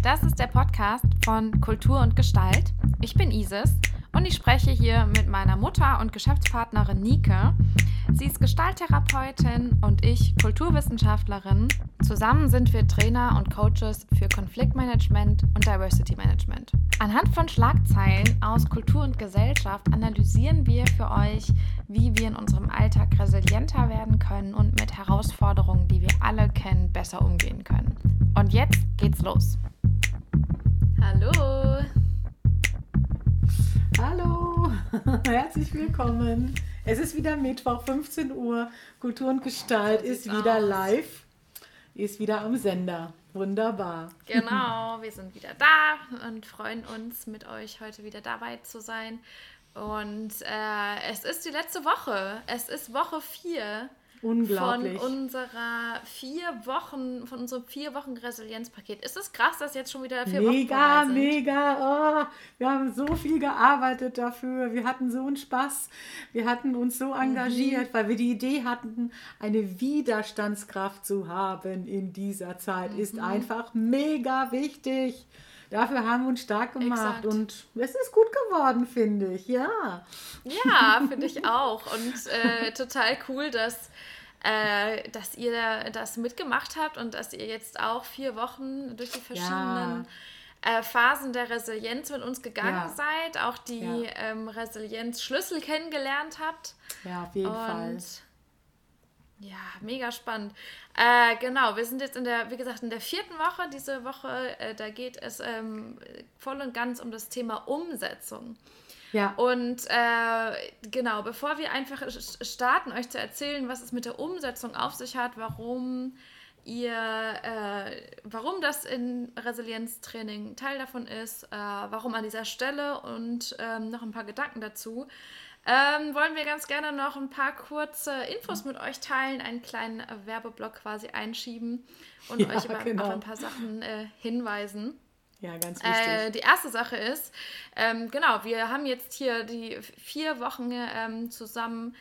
Das ist der Podcast von Kultur und Gestalt. Ich bin Isis und ich spreche hier mit meiner Mutter und Geschäftspartnerin Nike. Sie ist Gestalttherapeutin und ich Kulturwissenschaftlerin. Zusammen sind wir Trainer und Coaches für Konfliktmanagement und Diversity Management. Anhand von Schlagzeilen aus Kultur und Gesellschaft analysieren wir für euch, wie wir in unserem Alltag resilienter werden können und mit Herausforderungen, die wir alle kennen, besser umgehen können. Und jetzt geht's los. Hallo! Hallo, herzlich willkommen. Es ist wieder Mittwoch, 15 Uhr. Kultur und Gestalt ist wieder live, ist wieder am Sender. Wunderbar. Genau, wir sind wieder da und freuen uns, mit euch heute wieder dabei zu sein. Und es ist die letzte Woche. Es ist Woche 4. Unglaublich. Von unserem 4 Wochen Resilienzpaket. Ist es krass, dass jetzt schon wieder 4 Wochen vorbei sind? Mega. Oh, wir haben so viel gearbeitet dafür. Wir hatten so einen Spaß. Wir hatten uns so engagiert, weil wir die Idee hatten, eine Widerstandskraft zu haben in dieser Zeit. Ist einfach mega wichtig. Dafür haben wir uns stark gemacht. Exakt. Und es ist gut geworden, finde ich. Ja, finde ich auch. Und total cool, dass ihr das mitgemacht habt und dass ihr jetzt auch 4 Wochen durch die verschiedenen Phasen der Resilienz mit uns gegangen seid, auch die Resilienzschlüssel kennengelernt habt. Ja, auf jeden Fall. Ja, mega spannend. Genau, wir sind jetzt in der 4. Woche. Diese Woche, da geht es voll und ganz um das Thema Umsetzung. Ja. Und genau, bevor wir einfach starten, euch zu erzählen, was es mit der Umsetzung auf sich hat, warum das in Resilienztraining Teil davon ist, warum an dieser Stelle und noch ein paar Gedanken dazu, wollen wir ganz gerne noch ein paar kurze Infos mit euch teilen, einen kleinen Werbeblock quasi einschieben und euch auf ein paar Sachen hinweisen. Ja, ganz wichtig. Die erste Sache ist, wir haben jetzt hier die 4 Wochen zusammen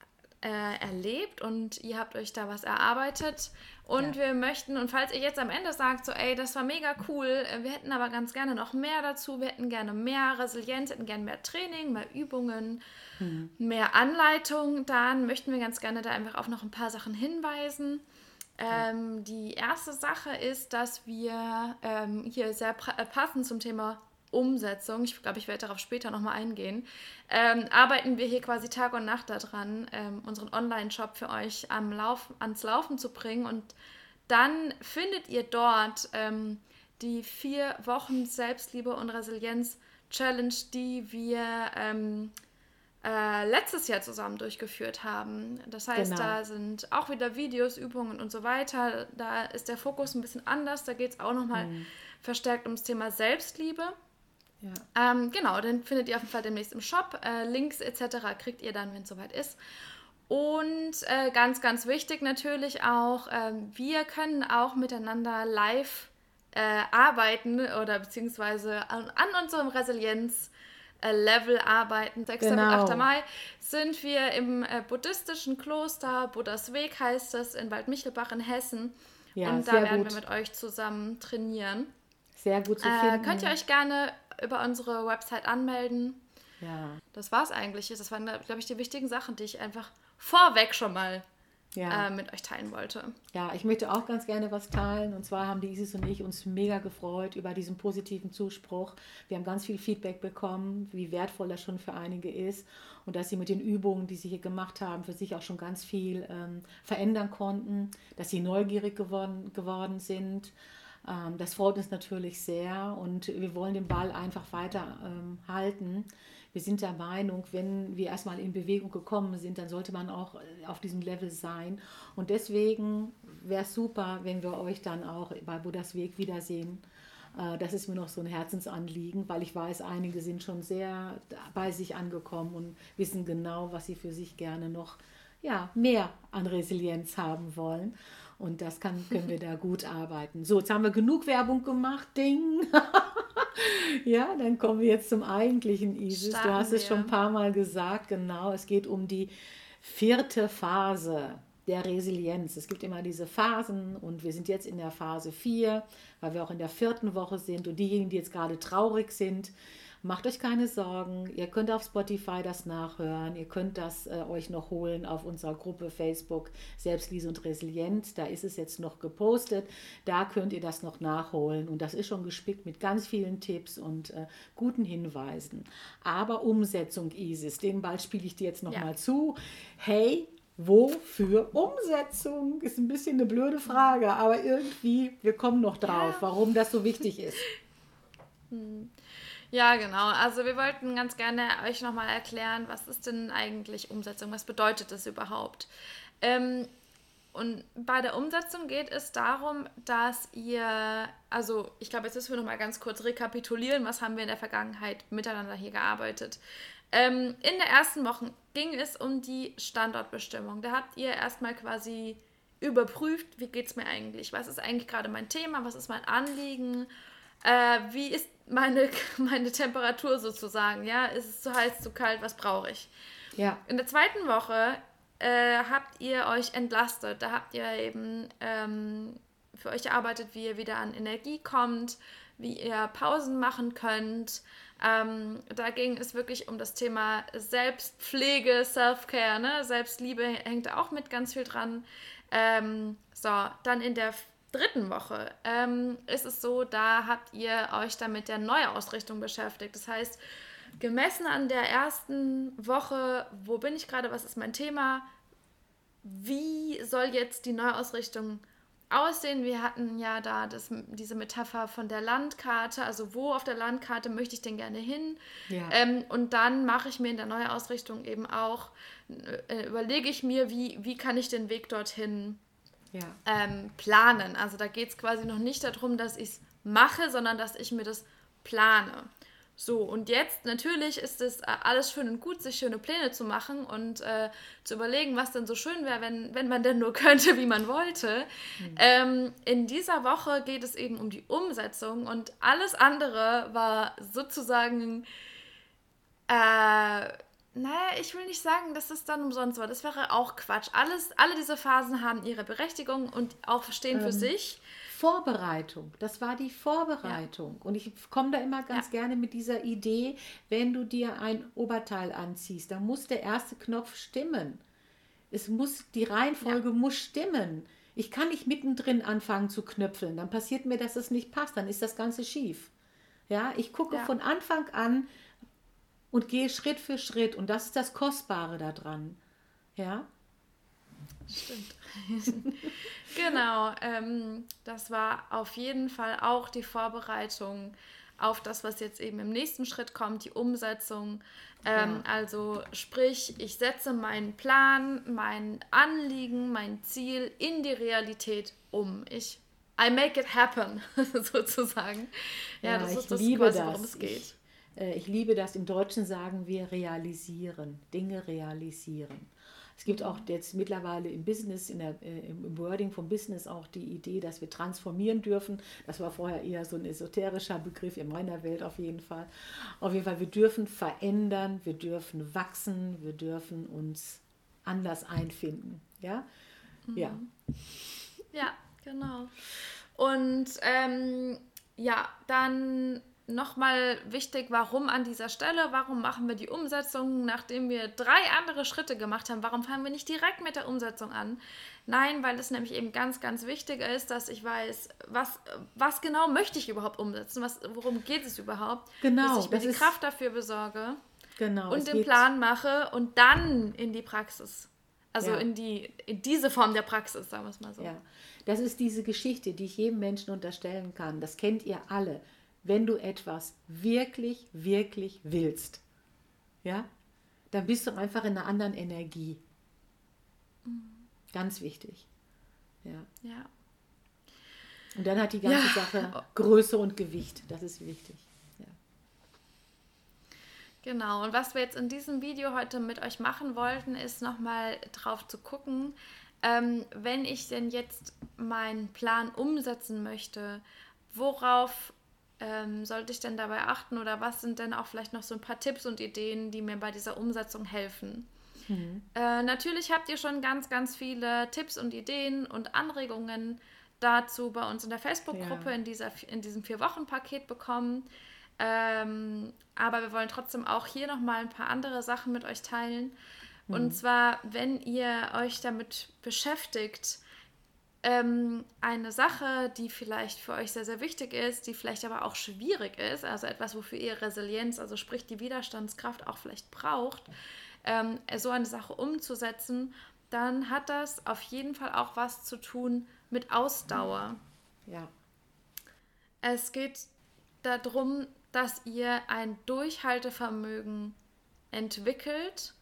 erlebt und ihr habt euch da was erarbeitet und wir möchten, und falls ihr jetzt am Ende sagt, so ey, das war mega cool, wir hätten aber ganz gerne noch mehr dazu, wir hätten gerne mehr Resilienz, hätten gerne mehr Training, mehr Übungen, mehr Anleitung, dann möchten wir ganz gerne da einfach auf noch ein paar Sachen hinweisen. Die erste Sache ist, dass wir hier sehr passend zum Thema Umsetzung, ich glaube, ich werde darauf später nochmal eingehen, arbeiten wir hier quasi Tag und Nacht daran, unseren Online-Shop für euch ans Laufen zu bringen, und dann findet ihr dort die 4 Wochen Selbstliebe und Resilienz-Challenge, die wir letztes Jahr zusammen durchgeführt haben. Das heißt, da sind auch wieder Videos, Übungen und so weiter. Da ist der Fokus ein bisschen anders. Da geht es auch nochmal verstärkt ums Thema Selbstliebe. Ja. Genau, den findet ihr auf jeden Fall demnächst im Shop. Links etc. kriegt ihr dann, wenn es soweit ist. Und ganz, ganz wichtig natürlich auch, wir können auch miteinander live arbeiten oder beziehungsweise an unserem Resilienz-Level arbeiten. 6. und 8. Mai sind wir im buddhistischen Kloster, Buddhas Weg heißt es, in Waldmichelbach in Hessen. Ja, und da werden wir mit euch zusammen trainieren. Sehr gut zu finden. Könnt ihr euch gerne über unsere Website anmelden. Ja. Das war's eigentlich. Das waren, glaube ich, die wichtigen Sachen, die ich einfach vorweg schon mal mit euch teilen wollte. Ja, ich möchte auch ganz gerne was teilen. Und zwar haben die Isis und ich uns mega gefreut über diesen positiven Zuspruch. Wir haben ganz viel Feedback bekommen, wie wertvoll das schon für einige ist. Und dass sie mit den Übungen, die sie hier gemacht haben, für sich auch schon ganz viel verändern konnten. Dass sie neugierig geworden sind. Das freut uns natürlich sehr. Und wir wollen den Ball einfach weiter halten. Wir sind der Meinung, wenn wir erstmal in Bewegung gekommen sind, dann sollte man auch auf diesem Level sein. Und deswegen wäre es super, wenn wir euch dann auch bei Buddhas Weg wiedersehen. Das ist mir noch so ein Herzensanliegen, weil ich weiß, einige sind schon sehr bei sich angekommen und wissen genau, was sie für sich gerne noch mehr an Resilienz haben wollen. Und das können wir da gut arbeiten. So, jetzt haben wir genug Werbung gemacht, Ding. Ja, dann kommen wir jetzt zum eigentlichen, Isis. Du hast es schon ein paar Mal gesagt, genau. Es geht um die 4. Phase der Resilienz. Es gibt immer diese Phasen und wir sind jetzt in der Phase 4, weil wir auch in der 4. Woche sind und diejenigen, die jetzt gerade traurig sind, macht euch keine Sorgen. Ihr könnt auf Spotify das nachhören. Ihr könnt das euch noch holen auf unserer Gruppe Facebook Selbstliebe und Resilient. Da ist es jetzt noch gepostet. Da könnt ihr das noch nachholen. Und das ist schon gespickt mit ganz vielen Tipps und guten Hinweisen. Aber Umsetzung, Isis, den Ball spiele ich dir jetzt nochmal zu. Hey, wofür Umsetzung? Ist ein bisschen eine blöde Frage, aber irgendwie, wir kommen noch drauf, warum das so wichtig ist. Ja, genau. Also wir wollten ganz gerne euch nochmal erklären, was ist denn eigentlich Umsetzung? Was bedeutet das überhaupt? Und bei der Umsetzung geht es darum, dass ihr, also ich glaube, jetzt müssen wir nochmal ganz kurz rekapitulieren, was haben wir in der Vergangenheit miteinander hier gearbeitet. In der ersten Woche ging es um die Standortbestimmung. Da habt ihr erstmal quasi überprüft, wie geht es mir eigentlich? Was ist eigentlich gerade mein Thema? Was ist mein Anliegen? Wie ist meine Temperatur sozusagen? Ja, ist es zu heiß, zu kalt? Was brauche ich? Ja. In der zweiten Woche habt ihr euch entlastet. Da habt ihr eben für euch erarbeitet, wie ihr wieder an Energie kommt, wie ihr Pausen machen könnt. Da ging es wirklich um das Thema Selbstpflege, Self-Care, ne? Selbstliebe hängt da auch mit ganz viel dran. Dann in der dritten Woche ist es so, da habt ihr euch dann mit der Neuausrichtung beschäftigt. Das heißt, gemessen an der ersten Woche, wo bin ich gerade, was ist mein Thema, wie soll jetzt die Neuausrichtung aussehen? Wir hatten ja da diese Metapher von der Landkarte, also wo auf der Landkarte möchte ich denn gerne hin? Ja. Und dann mache ich mir in der Neuausrichtung eben auch, überlege ich mir, wie kann ich den Weg dorthin planen. Also da geht es quasi noch nicht darum, dass ich es mache, sondern dass ich mir das plane. So, und jetzt natürlich ist es alles schön und gut, sich schöne Pläne zu machen und zu überlegen, was denn so schön wäre, wenn man denn nur könnte, wie man wollte. In dieser Woche geht es eben um die Umsetzung und alles andere war sozusagen, ich will nicht sagen, dass es dann umsonst war. Das wäre auch Quatsch. Alle diese Phasen haben ihre Berechtigung und auch stehen für sich. Vorbereitung, das war die Vorbereitung. Ja. Und ich komme da immer ganz gerne mit dieser Idee, wenn du dir ein Oberteil anziehst, dann muss der erste Knopf stimmen. Die Reihenfolge muss stimmen. Ich kann nicht mittendrin anfangen zu knöpfeln, dann passiert mir, dass es nicht passt, dann ist das Ganze schief. Ja, ich gucke von Anfang an und gehe Schritt für Schritt und das ist das Kostbare daran. Ja. Stimmt. Genau, das war auf jeden Fall auch die Vorbereitung auf das, was jetzt eben im nächsten Schritt kommt, die Umsetzung. Also sprich, ich setze meinen Plan, mein Anliegen, mein Ziel in die Realität um. I make it happen, sozusagen. Ja, das ist das quasi, worum es geht. Ich liebe das, im Deutschen sagen wir realisieren, Dinge realisieren. Es gibt auch jetzt mittlerweile im Business, im Wording vom Business auch die Idee, dass wir transformieren dürfen. Das war vorher eher so ein esoterischer Begriff, in meiner Welt auf jeden Fall. Auf jeden Fall, wir dürfen verändern, wir dürfen wachsen, wir dürfen uns anders einfinden. Ja, ja, genau. Und dann nochmal wichtig, warum an dieser Stelle, warum machen wir die Umsetzung, nachdem wir 3 andere Schritte gemacht haben, warum fangen wir nicht direkt mit der Umsetzung an? Nein, weil es nämlich eben ganz, ganz wichtig ist, dass ich weiß, was genau möchte ich überhaupt umsetzen, worum geht es überhaupt, genau, dass ich mir die Kraft dafür besorge und den geht. Plan mache und dann in die Praxis, also in diese Form der Praxis, sagen wir es mal so. Ja, das ist diese Geschichte, die ich jedem Menschen unterstellen kann, das kennt ihr alle. Wenn du etwas wirklich, wirklich willst, ja, dann bist du einfach in einer anderen Energie. Ganz wichtig. Ja. Und dann hat die ganze Sache Größe und Gewicht. Das ist wichtig. Ja. Genau. Und was wir jetzt in diesem Video heute mit euch machen wollten, ist nochmal drauf zu gucken, wenn ich denn jetzt meinen Plan umsetzen möchte, worauf sollte ich denn dabei achten oder was sind denn auch vielleicht noch so ein paar Tipps und Ideen, die mir bei dieser Umsetzung helfen? Natürlich habt ihr schon ganz, ganz viele Tipps und Ideen und Anregungen dazu bei uns in der Facebook-Gruppe in diesem 4-Wochen-Paket bekommen. Aber wir wollen trotzdem auch hier nochmal ein paar andere Sachen mit euch teilen. Und zwar, wenn ihr euch damit beschäftigt, eine Sache, die vielleicht für euch sehr, sehr wichtig ist, die vielleicht aber auch schwierig ist, also etwas, wofür ihr Resilienz, also sprich die Widerstandskraft auch vielleicht braucht, so eine Sache umzusetzen, dann hat das auf jeden Fall auch was zu tun mit Ausdauer. Ja. Es geht darum, dass ihr ein Durchhaltevermögen entwickelt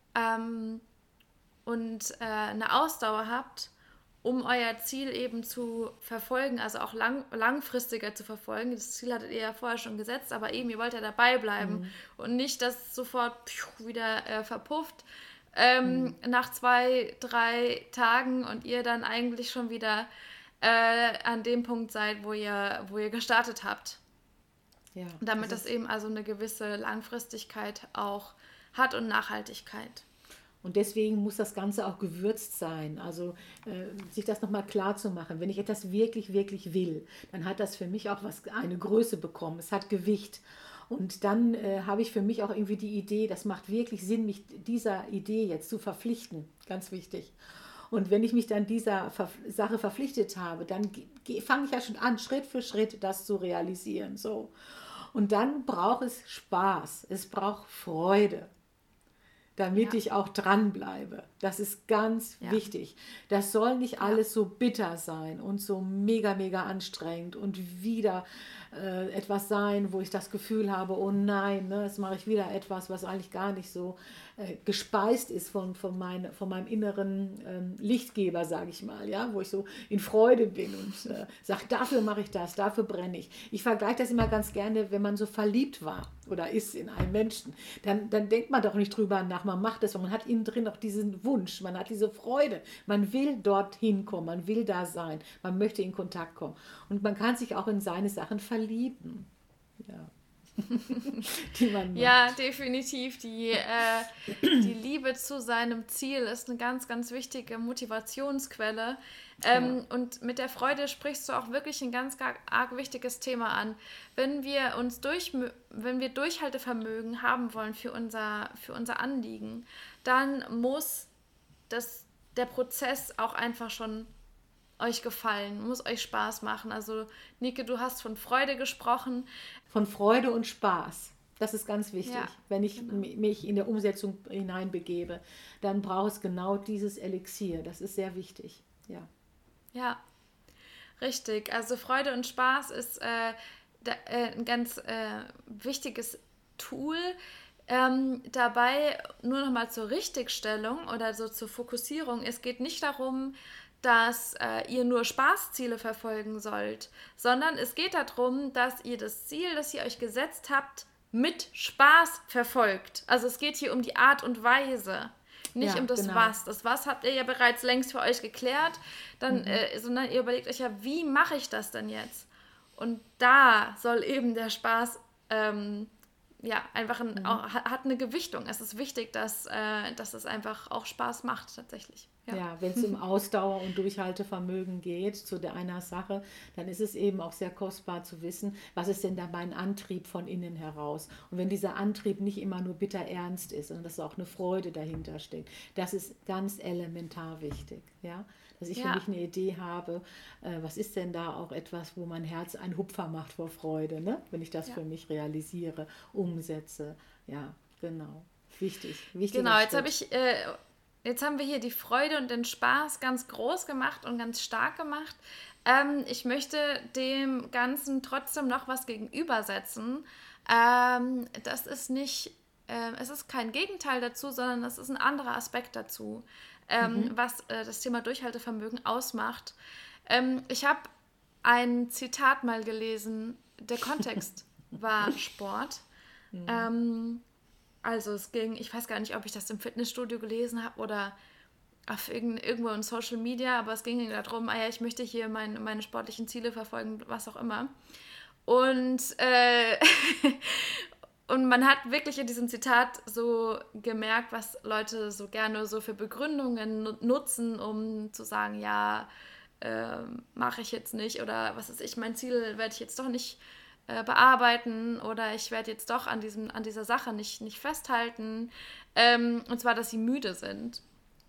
und eine Ausdauer habt, um euer Ziel eben zu verfolgen, also auch langfristiger zu verfolgen. Das Ziel hattet ihr ja vorher schon gesetzt, aber eben, ihr wollt ja dabei bleiben und nicht, dass es sofort wieder verpufft nach 2-3 Tagen und ihr dann eigentlich schon wieder an dem Punkt seid, wo ihr gestartet habt. Ja, damit das eben also eine gewisse Langfristigkeit auch hat und Nachhaltigkeit. Und deswegen muss das Ganze auch gewürzt sein. Also sich das nochmal klar zu machen. Wenn ich etwas wirklich, wirklich will, dann hat das für mich auch eine Größe bekommen. Es hat Gewicht. Und dann habe ich für mich auch irgendwie die Idee, das macht wirklich Sinn, mich dieser Idee jetzt zu verpflichten. Ganz wichtig. Und wenn ich mich dann dieser Sache verpflichtet habe, dann fange ich ja schon an, Schritt für Schritt das zu realisieren. So. Und dann braucht es Spaß. Es braucht Freude, damit ich auch dranbleibe. Das ist ganz wichtig. Das soll nicht alles so bitter sein und so mega, mega anstrengend und wieder etwas sein, wo ich das Gefühl habe, oh nein, ne, jetzt mache ich wieder etwas, was eigentlich gar nicht so gespeist ist von meinem inneren Lichtgeber, sage ich mal, ja, wo ich so in Freude bin und sage, dafür mache ich das, dafür brenne ich. Ich vergleiche das immer ganz gerne, wenn man so verliebt war oder ist in einen Menschen, dann denkt man doch nicht drüber nach, man macht es, man hat innen drin auch diesen Wunsch, man hat diese Freude, man will dorthin kommen, man will da sein, man möchte in Kontakt kommen und man kann sich auch in seine Sachen verlieben. Ja. Ja, definitiv. Die Liebe zu seinem Ziel ist eine ganz, ganz wichtige Motivationsquelle. Und mit der Freude sprichst du auch wirklich ein ganz arg wichtiges Thema an. Wenn wir Durchhaltevermögen haben wollen für unser Anliegen, dann muss der Prozess auch einfach schon euch gefallen, muss euch Spaß machen. Also Nike, du hast von Freude gesprochen. Von Freude und Spaß. Das ist ganz wichtig. Wenn ich mich in der Umsetzung hineinbegebe, dann braucht es genau dieses Elixier. Das ist sehr wichtig. Ja, richtig. Also Freude und Spaß ist ein ganz wichtiges Tool. Dabei nur noch mal zur Richtigstellung oder so zur Fokussierung. Es geht nicht darum, dass ihr nur Spaßziele verfolgen sollt, sondern es geht darum, dass ihr das Ziel, das ihr euch gesetzt habt, mit Spaß verfolgt. Also es geht hier um die Art und Weise, nicht um das Was. Das Was habt ihr ja bereits längst für euch geklärt, sondern ihr überlegt euch ja, wie mache ich das denn jetzt? Und da soll eben der Spaß einfach hat eine Gewichtung. Es ist wichtig, dass es einfach auch Spaß macht tatsächlich. Ja, wenn es um Ausdauer und Durchhaltevermögen geht zu einer Sache, dann ist es eben auch sehr kostbar zu wissen, was ist denn da mein Antrieb von innen heraus. Und wenn dieser Antrieb nicht immer nur bitter ernst ist, sondern dass auch eine Freude dahinter steckt, das ist ganz elementar wichtig. Ja? Dass ich für mich eine Idee habe, was ist denn da auch etwas, wo mein Herz einen Hupfer macht vor Freude, ne? Wenn ich das für mich realisiere, umsetze. Ja, genau. Wichtig. Genau, jetzt haben wir hier die Freude und den Spaß ganz groß gemacht und ganz stark gemacht. Ich möchte dem Ganzen trotzdem noch was gegenübersetzen. Das ist nicht, es ist kein Gegenteil dazu, sondern es ist ein anderer Aspekt dazu, was das Thema Durchhaltevermögen ausmacht. Ich habe ein Zitat mal gelesen, der Kontext war Sport. Also es ging, ich weiß gar nicht, ob ich das im Fitnessstudio gelesen habe oder auf irgendwo in Social Media, aber es ging darum, ich möchte hier meine sportlichen Ziele verfolgen, was auch immer. Und Und man hat wirklich in diesem Zitat so gemerkt, was Leute so gerne so für Begründungen nutzen, um zu sagen, ja, mache ich jetzt nicht oder was weiß ich, mein Ziel werde ich jetzt doch nicht bearbeiten oder ich werde jetzt doch an dieser Sache nicht festhalten. Und zwar, dass sie müde sind.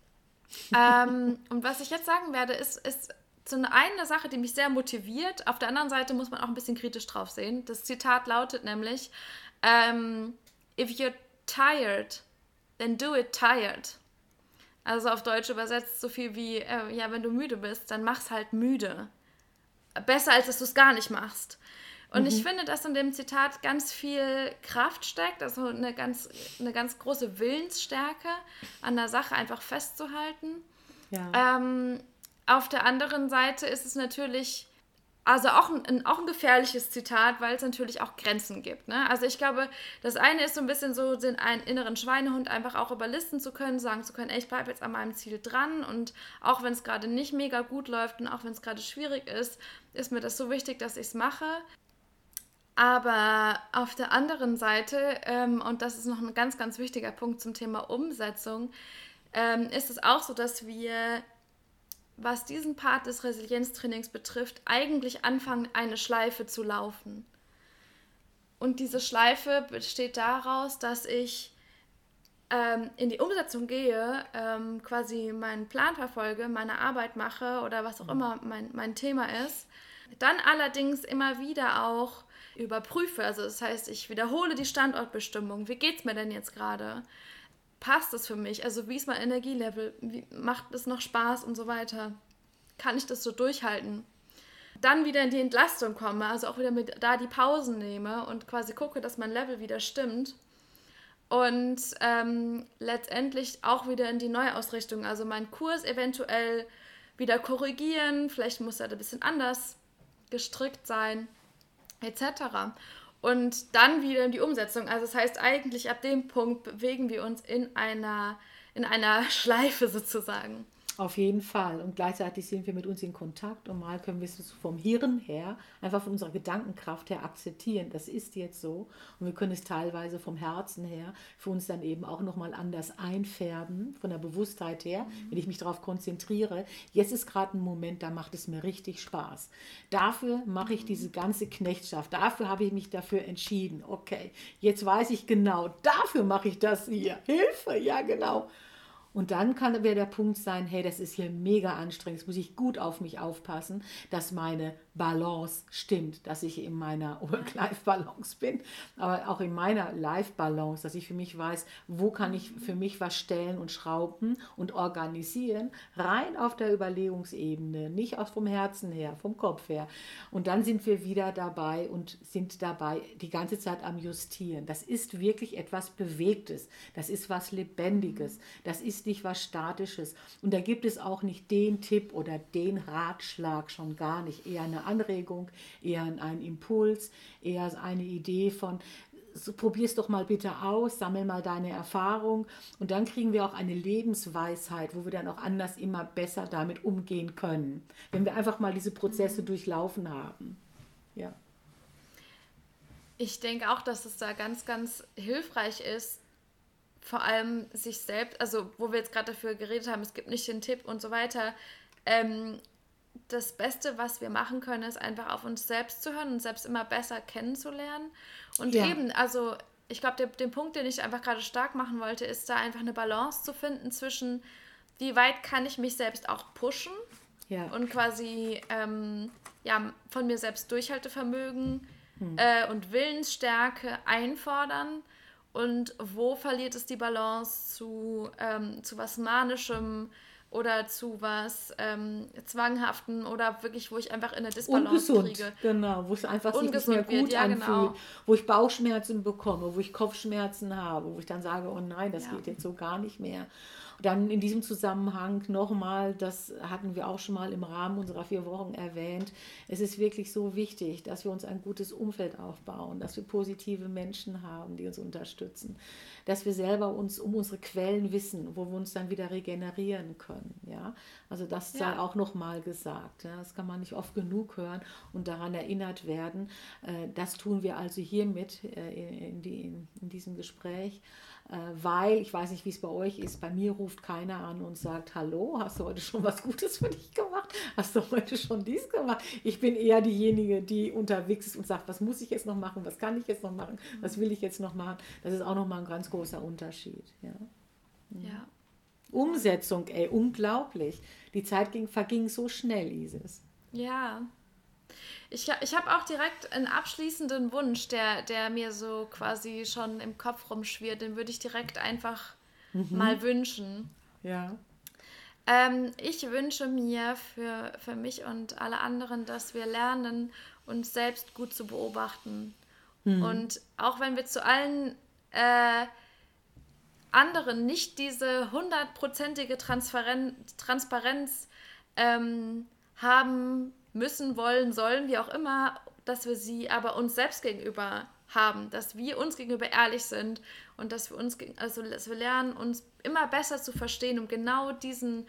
Und was ich jetzt sagen werde, ist so eine Sache, die mich sehr motiviert. Auf der anderen Seite muss man auch ein bisschen kritisch drauf sehen. Das Zitat lautet nämlich, if you're tired, then do it tired. Also auf Deutsch übersetzt so viel wie, ja, wenn du müde bist, dann mach's halt müde. Besser, als dass du es gar nicht machst. Und ich finde, dass in dem Zitat ganz viel Kraft steckt, also eine ganz große Willensstärke, an der Sache einfach festzuhalten. Ja. Auf der anderen Seite ist es natürlich also auch ein gefährliches Zitat, weil es natürlich auch Grenzen gibt. Ne? Also ich glaube, das eine ist so ein bisschen so, einen inneren Schweinehund einfach auch überlisten zu können, sagen zu können, ey, ich bleibe jetzt an meinem Ziel dran und auch wenn es gerade nicht mega gut läuft und auch wenn es gerade schwierig ist mir das so wichtig, dass ich es mache. Aber auf der anderen Seite, und das ist noch ein ganz, ganz wichtiger Punkt zum Thema Umsetzung, ist es auch so, dass wir, was diesen Part des Resilienztrainings betrifft, eigentlich anfangen, eine Schleife zu laufen. Und diese Schleife besteht daraus, dass ich in die Umsetzung gehe, quasi meinen Plan verfolge, meine Arbeit mache oder was auch immer mein Thema ist, dann allerdings immer wieder auch überprüfe. Also das heißt, ich wiederhole die Standortbestimmung. Wie geht's mir denn jetzt gerade? Passt es für mich? Also wie ist mein Energielevel? Macht es noch Spaß und so weiter? Kann ich das so durchhalten? Dann wieder in die Entlastung komme, also auch wieder da die Pausen nehme und quasi gucke, dass mein Level wieder stimmt. Und letztendlich auch wieder in die Neuausrichtung, also meinen Kurs eventuell wieder korrigieren, vielleicht muss er ein bisschen anders gestrickt sein, etc. Und dann wieder in die Umsetzung. Also das heißt, eigentlich ab dem Punkt bewegen wir uns in einer Schleife sozusagen. Auf jeden Fall. Und gleichzeitig sind wir mit uns in Kontakt und mal können wir es vom Hirn her, einfach von unserer Gedankenkraft her akzeptieren. Das ist jetzt so. Und wir können es teilweise vom Herzen her für uns dann eben auch nochmal anders einfärben, von der Bewusstheit her, wenn ich mich darauf konzentriere. Jetzt ist gerade ein Moment, da macht es mir richtig Spaß. Dafür mache ich diese ganze Knechtschaft. Dafür habe ich mich dafür entschieden. Okay, jetzt weiß ich genau, dafür mache ich das hier. Hilfe, ja genau. Und dann kann der Punkt sein, hey, das ist hier mega anstrengend, jetzt muss ich gut auf mich aufpassen, dass meine Balance stimmt, dass ich in meiner Work-Life-Balance bin, aber auch in meiner Life-Balance, dass ich für mich weiß, wo kann ich für mich was stellen und schrauben und organisieren, rein auf der Überlegungsebene, nicht vom Herzen her, vom Kopf her. Und dann sind wir wieder dabei und sind dabei die ganze Zeit am Justieren. Das ist wirklich etwas Bewegtes, das ist was Lebendiges, das ist nicht was Statisches. Und da gibt es auch nicht den Tipp oder den Ratschlag, schon gar nicht, eher eine Anregung, eher ein Impuls, eher eine Idee von, so, probier es doch mal bitte aus, sammel mal deine Erfahrung und dann kriegen wir auch eine Lebensweisheit, wo wir dann auch anders immer besser damit umgehen können, wenn wir einfach mal diese Prozesse durchlaufen haben. Ja. Ich denke auch, dass es da ganz, ganz hilfreich ist, vor allem sich selbst, also wo wir jetzt gerade dafür geredet haben, es gibt nicht den Tipp und so weiter, das Beste, was wir machen können, ist einfach auf uns selbst zu hören und selbst immer besser kennenzulernen. Und eben, also ich glaube, den Punkt, den ich einfach gerade stark machen wollte, ist da einfach eine Balance zu finden zwischen, wie weit kann ich mich selbst auch pushen und quasi von mir selbst Durchhaltevermögen und Willensstärke einfordern und wo verliert es die Balance zu was Manischem oder zu was Zwanghaften oder wirklich, wo ich einfach in eine Disbalance kriege. Genau, wo es einfach sich nicht mehr gut anfühlt, genau. Wo ich Bauchschmerzen bekomme, wo ich Kopfschmerzen habe, wo ich dann sage, oh nein, das geht jetzt so gar nicht mehr. Dann in diesem Zusammenhang nochmal, das hatten wir auch schon mal im Rahmen unserer 4 Wochen erwähnt, es ist wirklich so wichtig, dass wir uns ein gutes Umfeld aufbauen, dass wir positive Menschen haben, die uns unterstützen, dass wir selber uns um unsere Quellen wissen, wo wir uns dann wieder regenerieren können. Ja? Also das sei auch nochmal gesagt. Ja? Das kann man nicht oft genug hören und daran erinnert werden. Das tun wir also hiermit in diesem Gespräch. Weil, ich weiß nicht, wie es bei euch ist, bei mir ruft keiner an und sagt, hallo, hast du heute schon was Gutes für dich gemacht? Hast du heute schon dies gemacht? Ich bin eher diejenige, die unterwegs ist und sagt, was muss ich jetzt noch machen, was kann ich jetzt noch machen, was will ich jetzt noch machen? Das ist auch nochmal ein ganz großer Unterschied. Ja. Umsetzung, unglaublich. Die Zeit verging so schnell, Isis. Ja. Ich habe auch direkt einen abschließenden Wunsch, der mir so quasi schon im Kopf rumschwirrt. Den würde ich direkt einfach mal wünschen. Ja. Ich wünsche mir für mich und alle anderen, dass wir lernen, uns selbst gut zu beobachten. Und auch wenn wir zu allen anderen nicht diese 100%ige Transparenz haben müssen, wollen, sollen, wie auch immer, dass wir sie aber uns selbst gegenüber haben, dass wir uns gegenüber ehrlich sind und dass wir lernen, uns immer besser zu verstehen, um genau diesen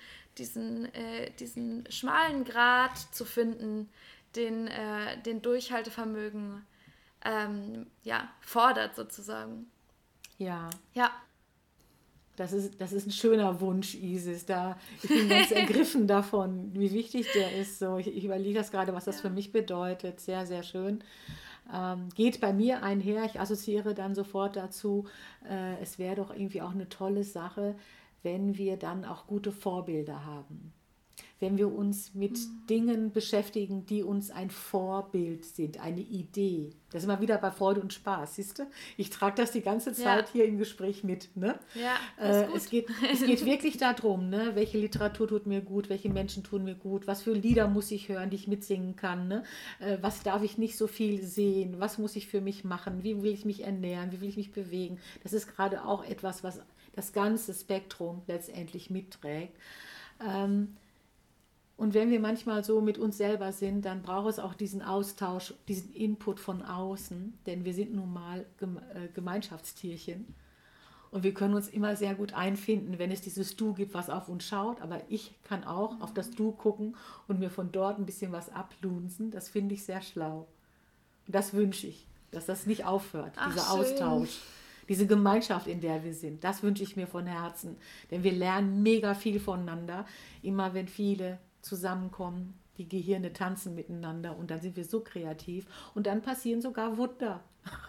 schmalen Grat zu finden, den Durchhaltevermögen fordert sozusagen. Ja. Ja. Das ist ein schöner Wunsch, Isis. Ich bin ganz ergriffen davon, wie wichtig der ist. So, ich überlege das gerade, was das für mich bedeutet. Sehr, sehr schön. Geht bei mir einher. Ich assoziiere dann sofort dazu, es wäre doch irgendwie auch eine tolle Sache, wenn wir dann auch gute Vorbilder haben. Wenn wir uns mit Dingen beschäftigen, die uns ein Vorbild sind, eine Idee. Das ist immer wieder bei Freude und Spaß, siehst du? Ich trage das die ganze Zeit hier im Gespräch mit. Ne? Ja, ist gut. Es geht wirklich darum, ne? Welche Literatur tut mir gut, welche Menschen tun mir gut, was für Lieder muss ich hören, die ich mitsingen kann, ne? Was darf ich nicht so viel sehen, was muss ich für mich machen, wie will ich mich ernähren, wie will ich mich bewegen. Das ist gerade auch etwas, was das ganze Spektrum letztendlich mitträgt. Und wenn wir manchmal so mit uns selber sind, dann braucht es auch diesen Austausch, diesen Input von außen, denn wir sind nun mal Gemeinschaftstierchen. Und wir können uns immer sehr gut einfinden, wenn es dieses Du gibt, was auf uns schaut. Aber ich kann auch auf das Du gucken und mir von dort ein bisschen was ablunsen. Das finde ich sehr schlau. Und das wünsche ich, dass das nicht aufhört, dieser Austausch. Diese Gemeinschaft, in der wir sind, das wünsche ich mir von Herzen. Denn wir lernen mega viel voneinander, immer wenn viele zusammenkommen, die Gehirne tanzen miteinander und dann sind wir so kreativ und dann passieren sogar Wunder.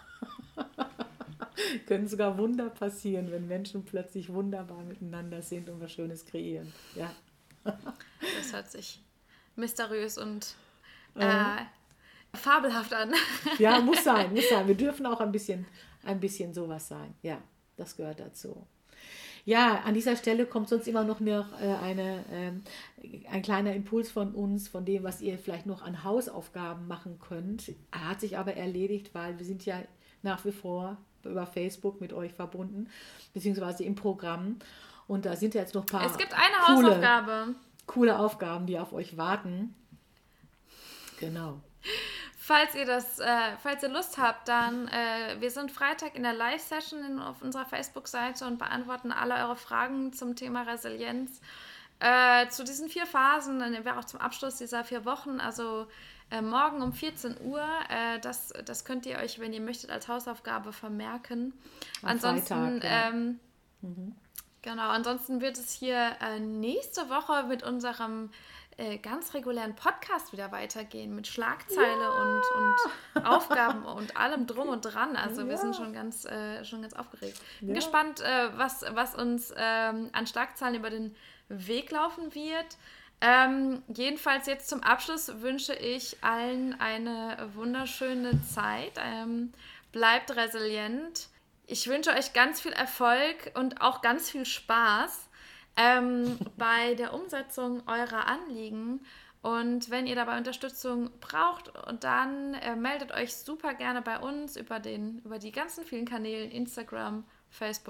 Können sogar Wunder passieren, wenn Menschen plötzlich wunderbar miteinander sind und was Schönes kreieren. Ja. Das hört sich mysteriös und fabelhaft an. Ja, muss sein. Wir dürfen auch ein bisschen sowas sein. Ja, das gehört dazu. Ja, an dieser Stelle kommt sonst immer noch ein kleiner Impuls von uns, von dem, was ihr vielleicht noch an Hausaufgaben machen könnt. Hat sich aber erledigt, weil wir sind ja nach wie vor über Facebook mit euch verbunden, beziehungsweise im Programm. Und da sind ja jetzt noch ein paar Es gibt eine Hausaufgabe. Coole Aufgaben, die auf euch warten. Genau. Falls ihr Lust habt, dann, wir sind Freitag in der Live-Session auf unserer Facebook-Seite und beantworten alle eure Fragen zum Thema Resilienz. Zu diesen 4 Phasen, dann wäre auch zum Abschluss dieser 4 Wochen, also morgen um 14 Uhr, das könnt ihr euch, wenn ihr möchtet, als Hausaufgabe vermerken. Ansonsten, Freitag, genau, ansonsten wird es hier nächste Woche mit unserem ganz regulären Podcast wieder weitergehen mit Schlagzeile und Aufgaben und allem drum und dran. Also wir sind schon ganz aufgeregt. Bin gespannt, was uns an Schlagzeilen über den Weg laufen wird. Jedenfalls jetzt zum Abschluss wünsche ich allen eine wunderschöne Zeit. Bleibt resilient. Ich wünsche euch ganz viel Erfolg und auch ganz viel Spaß bei der Umsetzung eurer Anliegen. Und wenn ihr dabei Unterstützung braucht, dann meldet euch super gerne bei uns über die ganzen vielen Kanälen Instagram, Facebook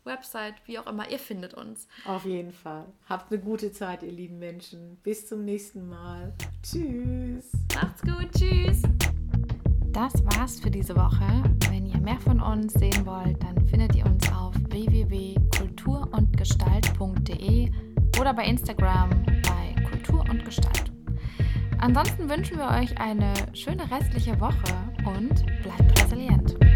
Website, wie auch immer. Ihr findet uns. Auf jeden Fall. Habt eine gute Zeit, ihr lieben Menschen. Bis zum nächsten Mal. Tschüss. Macht's gut. Tschüss. Das war's für diese Woche. Wenn ihr mehr von uns sehen wollt, dann findet ihr uns auf www.kulturundgestalt.de oder bei Instagram bei Kultur und Gestalt. Ansonsten wünschen wir euch eine schöne restliche Woche und bleibt resilient.